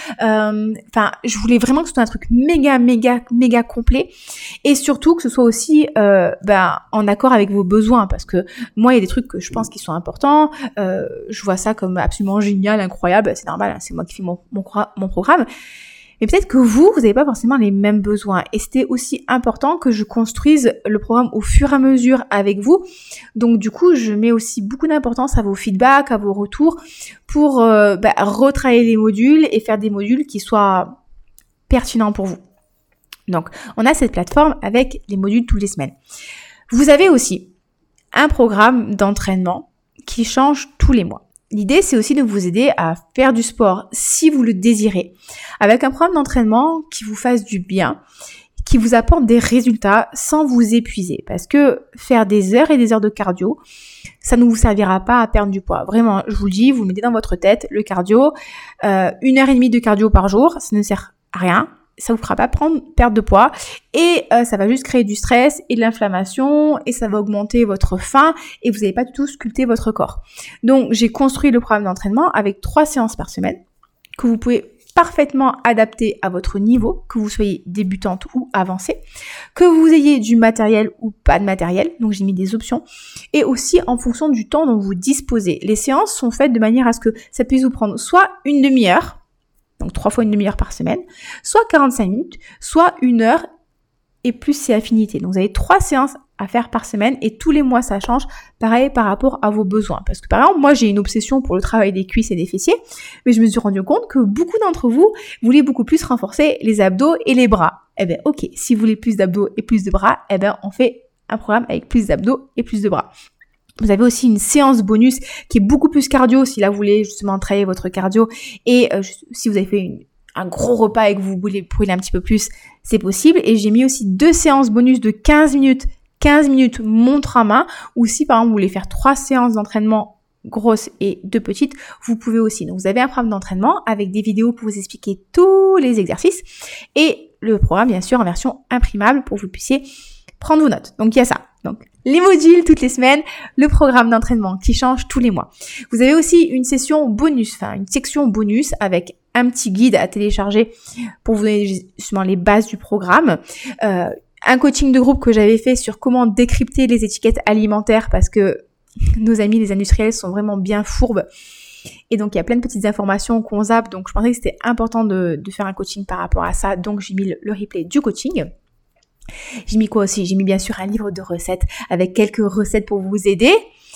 [SPEAKER 1] Je voulais vraiment que ce soit un truc méga complet, et surtout que ce soit aussi en accord avec vos besoins, parce que moi il y a des trucs que je pense qui sont importants, je vois ça comme absolument génial, incroyable, c'est normal, hein, c'est moi qui fais mon programme. Mais peut-être que vous n'avez pas forcément les mêmes besoins. Et c'était aussi important que je construise le programme au fur et à mesure avec vous. Donc du coup, je mets aussi beaucoup d'importance à vos feedbacks, à vos retours pour retravailler les modules et faire des modules qui soient pertinents pour vous. Donc, on a cette plateforme avec les modules toutes les semaines. Vous avez aussi un programme d'entraînement qui change tous les mois. L'idée, c'est aussi de vous aider à faire du sport si vous le désirez, avec un programme d'entraînement qui vous fasse du bien, qui vous apporte des résultats sans vous épuiser. Parce que faire des heures et des heures de cardio, ça ne vous servira pas à perdre du poids. Vraiment, je vous le dis, vous le mettez dans votre tête, le cardio, 1h30 de cardio par jour, ça ne sert à rien. Ça vous fera pas perdre de poids et ça va juste créer du stress et de l'inflammation et ça va augmenter votre faim et vous n'allez pas du tout sculpter votre corps. Donc, j'ai construit le programme d'entraînement avec 3 séances par semaine que vous pouvez parfaitement adapter à votre niveau, que vous soyez débutante ou avancée, que vous ayez du matériel ou pas de matériel. Donc, j'ai mis des options et aussi en fonction du temps dont vous disposez. Les séances sont faites de manière à ce que ça puisse vous prendre soit une demi-heure, donc 3 fois une demi-heure par semaine, soit 45 minutes, soit 1 heure et plus c'est affinité. Donc vous avez 3 séances à faire par semaine et tous les mois ça change, pareil par rapport à vos besoins. Parce que par exemple, moi j'ai une obsession pour le travail des cuisses et des fessiers, mais je me suis rendu compte que beaucoup d'entre vous voulaient beaucoup plus renforcer les abdos et les bras. Eh bien ok, si vous voulez plus d'abdos et plus de bras, eh bien on fait un programme avec plus d'abdos et plus de bras. Vous avez aussi une séance bonus qui est beaucoup plus cardio si là vous voulez justement travailler votre cardio et si vous avez fait un gros repas et que vous voulez brûler un petit peu plus, c'est possible. Et j'ai mis aussi 2 séances bonus de 15 minutes montre à main ou si par exemple vous voulez faire 3 séances d'entraînement grosses et 2 petites, vous pouvez aussi. Donc vous avez un programme d'entraînement avec des vidéos pour vous expliquer tous les exercices et le programme bien sûr en version imprimable pour que vous puissiez prendre vos notes. Donc il y a ça. Donc les modules toutes les semaines, le programme d'entraînement qui change tous les mois. Vous avez aussi une section bonus avec un petit guide à télécharger pour vous donner justement les bases du programme. Un coaching de groupe que j'avais fait sur comment décrypter les étiquettes alimentaires parce que nos amis les industriels sont vraiment bien fourbes. Et donc, il y a plein de petites informations qu'on zappe. Donc, je pensais que c'était important de faire un coaching par rapport à ça. Donc, j'ai mis le replay du coaching. J'ai mis quoi aussi? J'ai mis bien sûr un livre de recettes avec quelques recettes pour vous aider.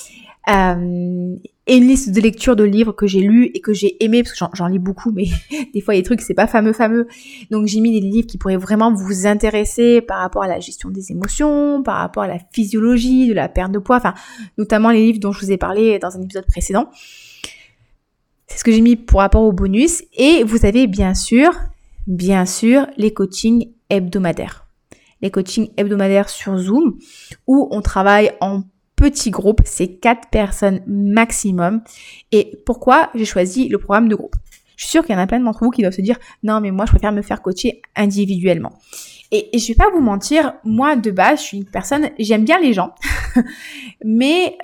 [SPEAKER 1] Et une liste de lecture de livres que j'ai lus et que j'ai aimés, parce que j'en lis beaucoup, mais des fois, les trucs, c'est pas fameux. Donc, j'ai mis des livres qui pourraient vraiment vous intéresser par rapport à la gestion des émotions, par rapport à la physiologie, de la perte de poids, enfin, notamment les livres dont je vous ai parlé dans un épisode précédent. C'est ce que j'ai mis pour rapport au bonus. Et vous avez bien sûr, les coachings hebdomadaires. Les coachings hebdomadaires sur Zoom où on travaille en petits groupes, c'est 4 personnes maximum. Et pourquoi j'ai choisi le programme de groupe? Je suis sûre qu'il y en a plein d'entre vous qui doivent se dire « Non, mais moi, je préfère me faire coacher individuellement. » Et je vais pas vous mentir, moi, de base, je suis une personne, j'aime bien les gens, mais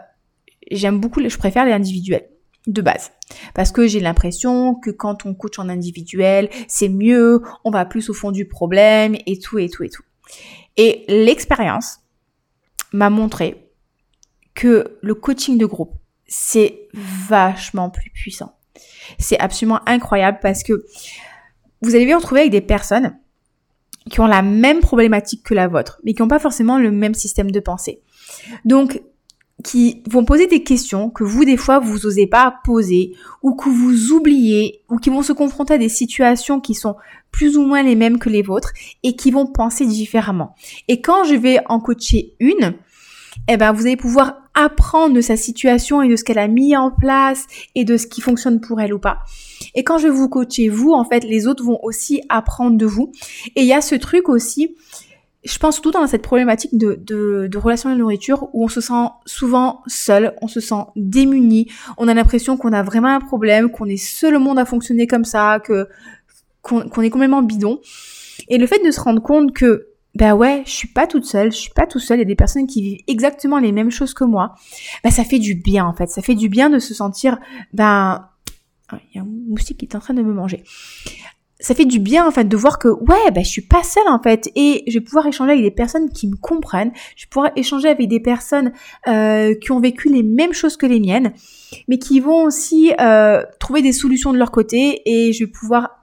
[SPEAKER 1] je préfère les individuels. De base. Parce que j'ai l'impression que quand on coach en individuel, c'est mieux, on va plus au fond du problème et tout. Et l'expérience m'a montré que le coaching de groupe, c'est vachement plus puissant. C'est absolument incroyable parce que vous allez vous retrouver avec des personnes qui ont la même problématique que la vôtre, mais qui n'ont pas forcément le même système de pensée. Donc, qui vont poser des questions que vous, des fois, vous osez pas poser ou que vous oubliez ou qui vont se confronter à des situations qui sont plus ou moins les mêmes que les vôtres et qui vont penser différemment. Et quand je vais en coacher une, vous allez pouvoir apprendre de sa situation et de ce qu'elle a mis en place et de ce qui fonctionne pour elle ou pas. Et quand je vais vous coacher vous, en fait, les autres vont aussi apprendre de vous. Et il y a ce truc aussi, je pense surtout dans cette problématique de relation à la nourriture où on se sent souvent seul, on se sent démuni, on a l'impression qu'on a vraiment un problème, qu'on est seul au monde à fonctionner comme ça, qu'on est complètement bidon. Et le fait de se rendre compte que je suis pas toute seule, je suis pas tout seul, il y a des personnes qui vivent exactement les mêmes choses que moi, ça fait du bien en fait, ça fait du bien de se sentir, il y a un moustique qui est en train de me manger. Ça fait du bien en fait de voir que je suis pas seule en fait et je vais pouvoir échanger avec des personnes qui me comprennent, je vais pouvoir échanger avec des personnes qui ont vécu les mêmes choses que les miennes, mais qui vont aussi trouver des solutions de leur côté et je vais pouvoir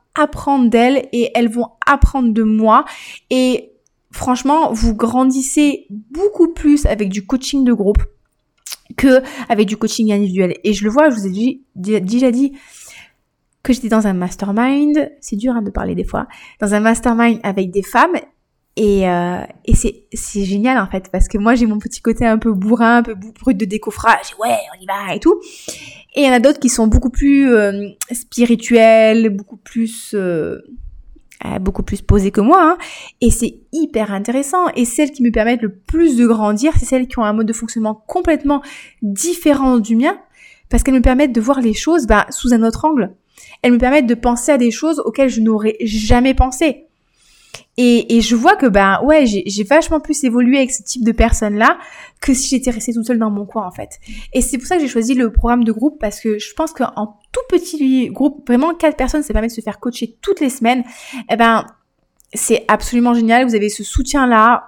[SPEAKER 1] apprendre d'elles et elles vont apprendre de moi. Et franchement, vous grandissez beaucoup plus avec du coaching de groupe que avec du coaching individuel. Et je le vois, je vous ai déjà dit que j'étais dans un mastermind. C'est dur de parler des fois. Dans un mastermind avec des femmes. Et c'est génial en fait, parce que moi j'ai mon petit côté un peu bourrin, un peu brut de décoffrage, ouais on y va et tout. Et il y en a d'autres qui sont beaucoup plus spirituels, beaucoup plus posées que moi, hein. Et c'est hyper intéressant. Et celles qui me permettent le plus de grandir, c'est celles qui ont un mode de fonctionnement complètement différent du mien, parce qu'elles me permettent de voir les choses sous un autre angle. Elles me permettent de penser à des choses auxquelles je n'aurais jamais pensé. Et je vois que j'ai vachement plus évolué avec ce type de personnes-là que si j'étais restée toute seule dans mon coin en fait. Et c'est pour ça que j'ai choisi le programme de groupe, parce que je pense qu'en tout petit groupe, vraiment 4 personnes, ça permet de se faire coacher toutes les semaines. C'est absolument génial. Vous avez ce soutien-là.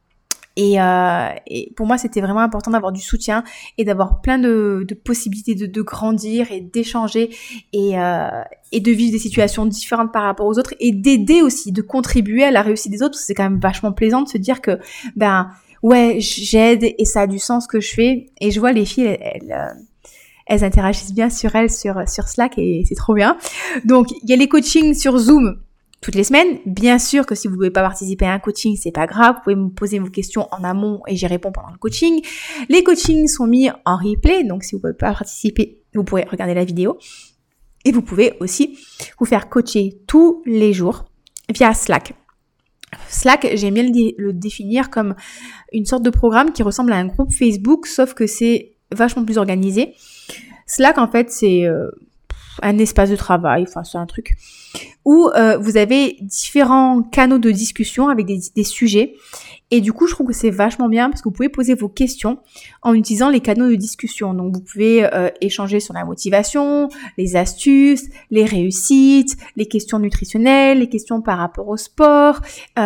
[SPEAKER 1] Et pour moi, c'était vraiment important d'avoir du soutien et d'avoir plein de possibilités de grandir et d'échanger et de vivre des situations différentes par rapport aux autres et d'aider aussi, de contribuer à la réussite des autres. Parce que c'est quand même vachement plaisant de se dire que, j'aide et ça a du sens ce que je fais. Et je vois les filles, elles interagissent bien sur Slack et c'est trop bien. Donc, il y a les coachings sur Zoom toutes les semaines. Bien sûr que si vous ne pouvez pas participer à un coaching, c'est pas grave. Vous pouvez me poser vos questions en amont et j'y réponds pendant le coaching. Les coachings sont mis en replay, donc si vous ne pouvez pas participer, vous pourrez regarder la vidéo. Et vous pouvez aussi vous faire coacher tous les jours via Slack. Slack, j'aime bien le définir comme une sorte de programme qui ressemble à un groupe Facebook, sauf que c'est vachement plus organisé. Slack, en fait, c'est un espace de travail, c'est un truc où vous avez différents canaux de discussion avec des sujets. Et du coup, je trouve que c'est vachement bien parce que vous pouvez poser vos questions en utilisant les canaux de discussion. Donc, vous pouvez échanger sur la motivation, les astuces, les réussites, les questions nutritionnelles, les questions par rapport au sport.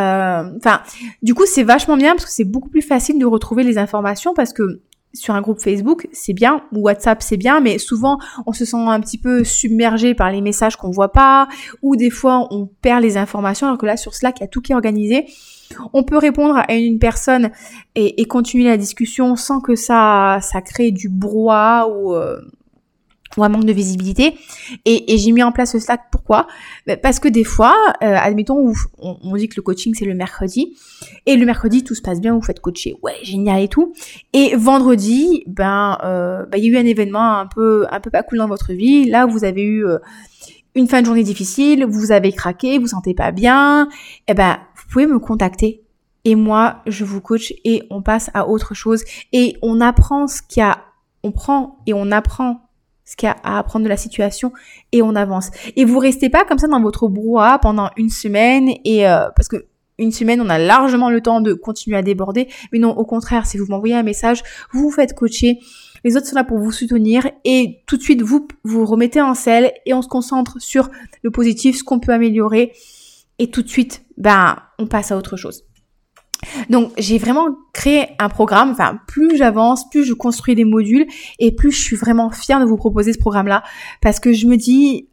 [SPEAKER 1] Du coup, c'est vachement bien parce que c'est beaucoup plus facile de retrouver les informations parce que sur un groupe Facebook, c'est bien, ou WhatsApp, c'est bien, mais souvent, on se sent un petit peu submergé par les messages qu'on voit pas, ou des fois, on perd les informations, alors que là, sur Slack, il y a tout qui est organisé. On peut répondre à une personne et continuer la discussion sans que ça crée du brouhaha ou un manque de visibilité. Et j'ai mis en place ce Slack. Pourquoi ? Parce que des fois, admettons, on dit que le coaching c'est le mercredi, et le mercredi tout se passe bien, vous faites coacher, ouais, génial et tout. Et vendredi, il y a eu un événement un peu pas cool dans votre vie. Là, vous avez eu une fin de journée difficile, vous avez craqué, vous sentez pas bien. Vous pouvez me contacter. Et moi, je vous coach et on passe à autre chose. Et on apprend on prend et on apprend ce qu'il y a à apprendre de la situation et on avance. Et vous restez pas comme ça dans votre brouhaha pendant une semaine parce que une semaine, on a largement le temps de continuer à déborder. Mais non, au contraire, si vous m'envoyez un message, vous vous faites coacher. Les autres sont là pour vous soutenir et tout de suite, vous remettez en selle et on se concentre sur le positif, ce qu'on peut améliorer. Et tout de suite, on passe à autre chose. Donc, j'ai vraiment créé un programme. Plus j'avance, plus je construis des modules et plus je suis vraiment fière de vous proposer ce programme-là parce que je me dis,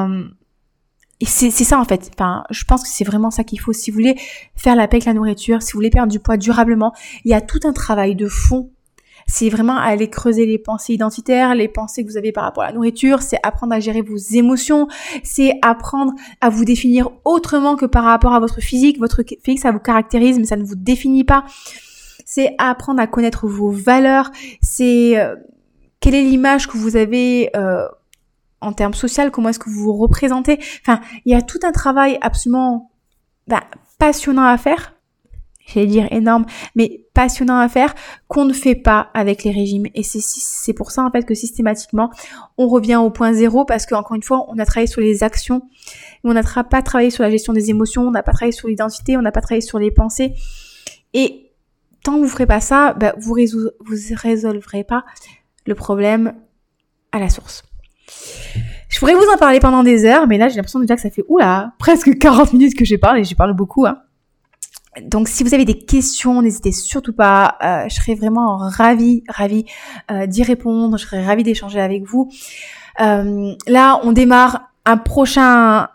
[SPEAKER 1] c'est ça en fait. Je pense que c'est vraiment ça qu'il faut. Si vous voulez faire la paix avec la nourriture, si vous voulez perdre du poids durablement, il y a tout un travail de fond. C'est vraiment aller creuser les pensées identitaires, les pensées que vous avez par rapport à la nourriture, c'est apprendre à gérer vos émotions, c'est apprendre à vous définir autrement que par rapport à votre physique. Votre physique, ça vous caractérise, mais ça ne vous définit pas. C'est apprendre à connaître vos valeurs, c'est quelle est l'image que vous avez en termes sociaux, comment est-ce que vous vous représentez. Il y a tout un travail absolument passionnant à faire. J'allais dire énorme, mais passionnant à faire, qu'on ne fait pas avec les régimes. Et c'est pour ça, en fait, que systématiquement, on revient au point zéro parce qu'encore une fois, on a travaillé sur les actions, mais on n'a pas travaillé sur la gestion des émotions, on n'a pas travaillé sur l'identité, on n'a pas travaillé sur les pensées. Et tant que vous ferez pas ça, vous résolverez pas le problème à la source. Je pourrais vous en parler pendant des heures, mais là, j'ai l'impression déjà que ça fait, presque 40 minutes que je parle et je parle beaucoup, hein. Donc, si vous avez des questions, n'hésitez surtout pas. Je serais vraiment ravie d'y répondre. Je serais ravie d'échanger avec vous. Là, on démarre un prochain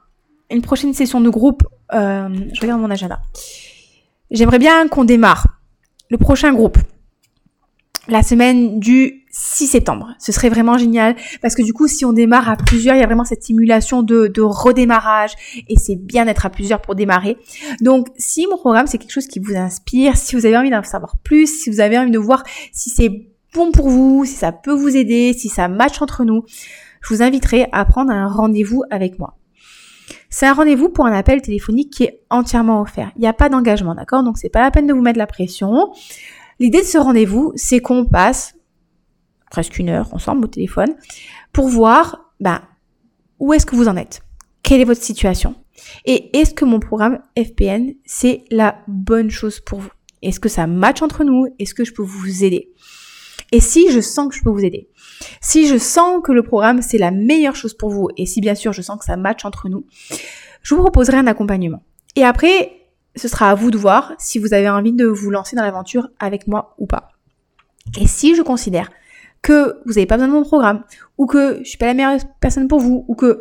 [SPEAKER 1] une prochaine session de groupe, je regarde mon agenda. J'aimerais bien qu'on démarre le prochain groupe la semaine du 6 septembre. Ce serait vraiment génial parce que du coup, si on démarre à plusieurs, il y a vraiment cette simulation de redémarrage et c'est bien d'être à plusieurs pour démarrer. Donc, si mon programme, c'est quelque chose qui vous inspire, si vous avez envie d'en savoir plus, si vous avez envie de voir si c'est bon pour vous, si ça peut vous aider, si ça match entre nous, je vous inviterai à prendre un rendez-vous avec moi. C'est un rendez-vous pour un appel téléphonique qui est entièrement offert. Il n'y a pas d'engagement, d'accord? Donc, c'est pas la peine de vous mettre la pression. L'idée de ce rendez-vous, c'est qu'on passe presque 1 heure ensemble au téléphone pour voir où est-ce que vous en êtes, quelle est votre situation et est-ce que mon programme FPN, c'est la bonne chose pour vous? Est-ce que ça match entre nous? Est-ce que je peux vous aider? Et si je sens que je peux vous aider, si je sens que le programme, c'est la meilleure chose pour vous et si bien sûr je sens que ça match entre nous, je vous proposerai un accompagnement. Et après, ce sera à vous de voir si vous avez envie de vous lancer dans l'aventure avec moi ou pas. Et si je considère que vous n'avez pas besoin de mon programme, ou que je suis pas la meilleure personne pour vous, ou que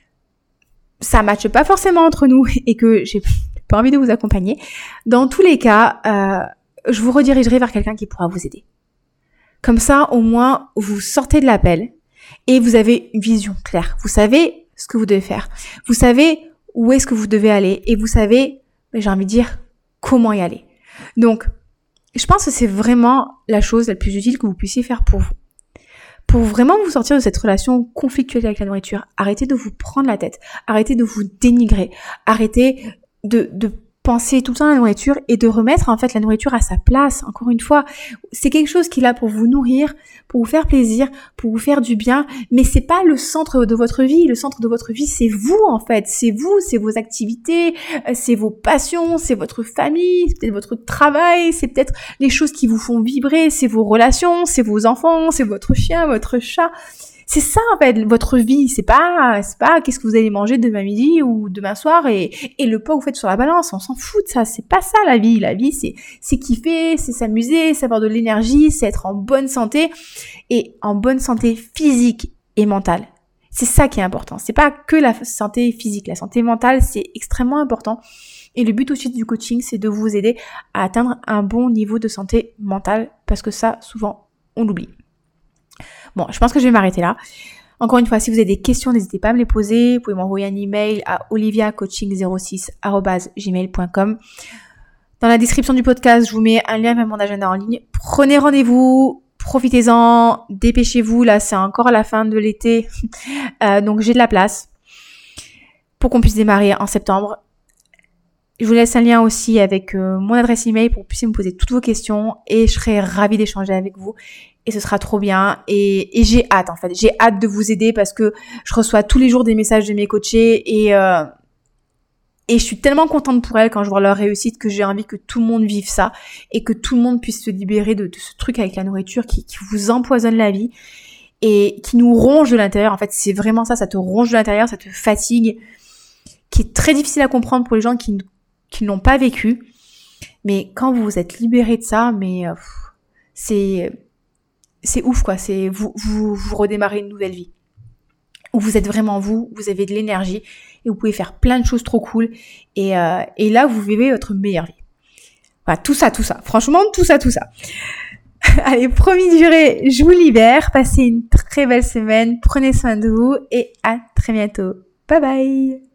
[SPEAKER 1] ça matche pas forcément entre nous et que j'ai pas envie de vous accompagner, dans tous les cas, je vous redirigerai vers quelqu'un qui pourra vous aider. Comme ça, au moins, vous sortez de l'appel et vous avez une vision claire. Vous savez ce que vous devez faire. Vous savez où est-ce que vous devez aller et vous savez, j'ai envie de dire, comment y aller. Donc, je pense que c'est vraiment la chose la plus utile que vous puissiez faire pour vous. Pour vraiment vous sortir de cette relation conflictuelle avec la nourriture, arrêtez de vous prendre la tête, arrêtez de vous dénigrer, arrêtez de penser tout le temps à la nourriture et de remettre en fait la nourriture à sa place. Encore une fois, c'est quelque chose qui est là pour vous nourrir, pour vous faire plaisir, pour vous faire du bien, mais c'est pas le centre de votre vie. Le centre de votre vie, c'est vous en fait, c'est vous, c'est vos activités, c'est vos passions, c'est votre famille, c'est peut-être votre travail, c'est peut-être les choses qui vous font vibrer, c'est vos relations, c'est vos enfants, c'est votre chien, votre chat. C'est ça en fait, votre vie, c'est pas qu'est-ce que vous allez manger demain midi ou demain soir et le poids que vous faites sur la balance, on s'en fout de ça, c'est pas ça la vie. La vie c'est kiffer, c'est s'amuser, c'est avoir de l'énergie, c'est être en bonne santé et en bonne santé physique et mentale. C'est ça qui est important, c'est pas que la santé physique, la santé mentale c'est extrêmement important et le but aussi du coaching c'est de vous aider à atteindre un bon niveau de santé mentale parce que ça souvent on l'oublie. Bon, je pense que je vais m'arrêter là. Encore une fois, si vous avez des questions, n'hésitez pas à me les poser. Vous pouvez m'envoyer un email à oliviacoaching06@gmail.com. Dans la description du podcast, je vous mets un lien vers mon agenda en ligne. Prenez rendez-vous, profitez-en, dépêchez-vous. Là, c'est encore la fin de l'été. Donc, j'ai de la place pour qu'on puisse démarrer en septembre. Je vous laisse un lien aussi avec mon adresse email pour que vous puissiez me poser toutes vos questions et je serai ravie d'échanger avec vous. Et ce sera trop bien. Et j'ai hâte en fait. J'ai hâte de vous aider parce que je reçois tous les jours des messages de mes coachés et je suis tellement contente pour elles quand je vois leur réussite que j'ai envie que tout le monde vive ça et que tout le monde puisse se libérer de ce truc avec la nourriture qui vous empoisonne la vie et qui nous ronge de l'intérieur. En fait, c'est vraiment ça te ronge de l'intérieur, ça te fatigue, qui est très difficile à comprendre pour les gens qui ne l'ont pas vécu. Mais quand vous vous êtes libéré de ça, c'est ouf quoi, c'est vous redémarrez une nouvelle vie. Où vous êtes vraiment vous avez de l'énergie et vous pouvez faire plein de choses trop cool et là vous vivez votre meilleure vie. Voilà, tout ça. Franchement, tout ça. Allez, promis juré, je vous libère. Passez une très belle semaine, prenez soin de vous et à très bientôt. Bye bye.